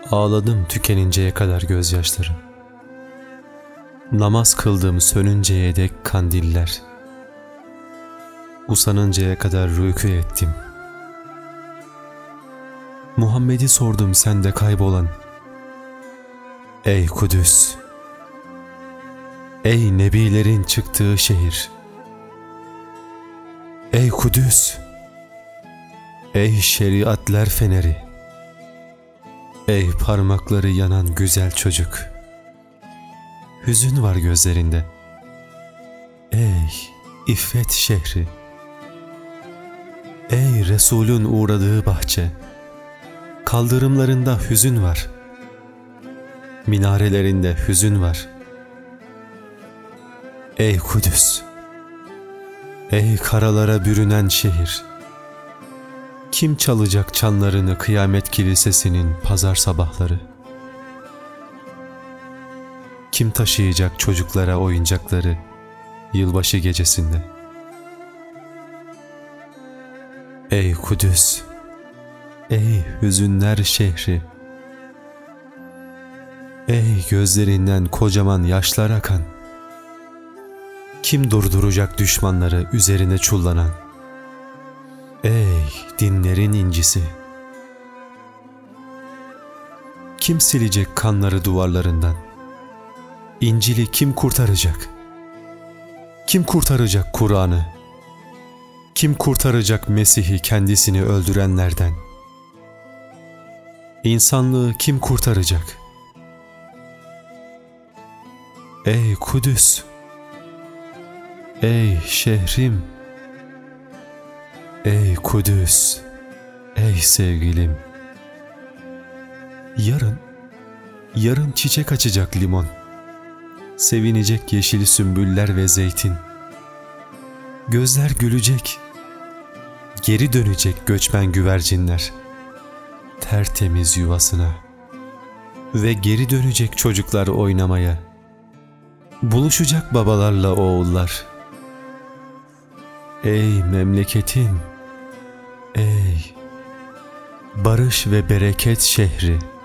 Ağladım tükeninceye kadar gözyaşlarım. Namaz kıldım sönünceye dek kandiller. Usanıncaya kadar rükû ettim. Muhammed'i sordum sende kaybolan. Ey Kudüs! Ey nebilerin çıktığı şehir! Ey Kudüs! Ey şeriatler feneri! Ey parmakları yanan güzel çocuk! Hüzün var gözlerinde. Ey İffet şehri! Ey Resulün uğradığı bahçe! Kaldırımlarında hüzün var. Minarelerinde hüzün var. Ey Kudüs! Ey karalara bürünen şehir! Kim çalacak çanlarını kıyamet kilisesinin pazar sabahları? Kim taşıyacak çocuklara oyuncakları yılbaşı gecesinde? Ey Kudüs! Ey hüzünler şehri! Ey gözlerinden kocaman yaşlar akan! Kim durduracak düşmanları üzerine çullanan? Ey dinlerin incisi! Kim silecek kanları duvarlarından? İncil'i kim kurtaracak? Kim kurtaracak Kur'an'ı? Kim kurtaracak Mesih'i kendisini öldürenlerden? İnsanlığı kim kurtaracak? Ey Kudüs! Ey şehrim! Ey Kudüs! Ey sevgilim! Yarın çiçek açacak limon. Sevinecek yeşil sümbüller ve zeytin. Gözler gülecek. Geri dönecek göçmen güvercinler tertemiz yuvasına. Ve geri dönecek çocuklar oynamaya. Buluşacak babalarla oğullar. Ey memleketim! Ey barış ve bereket şehri!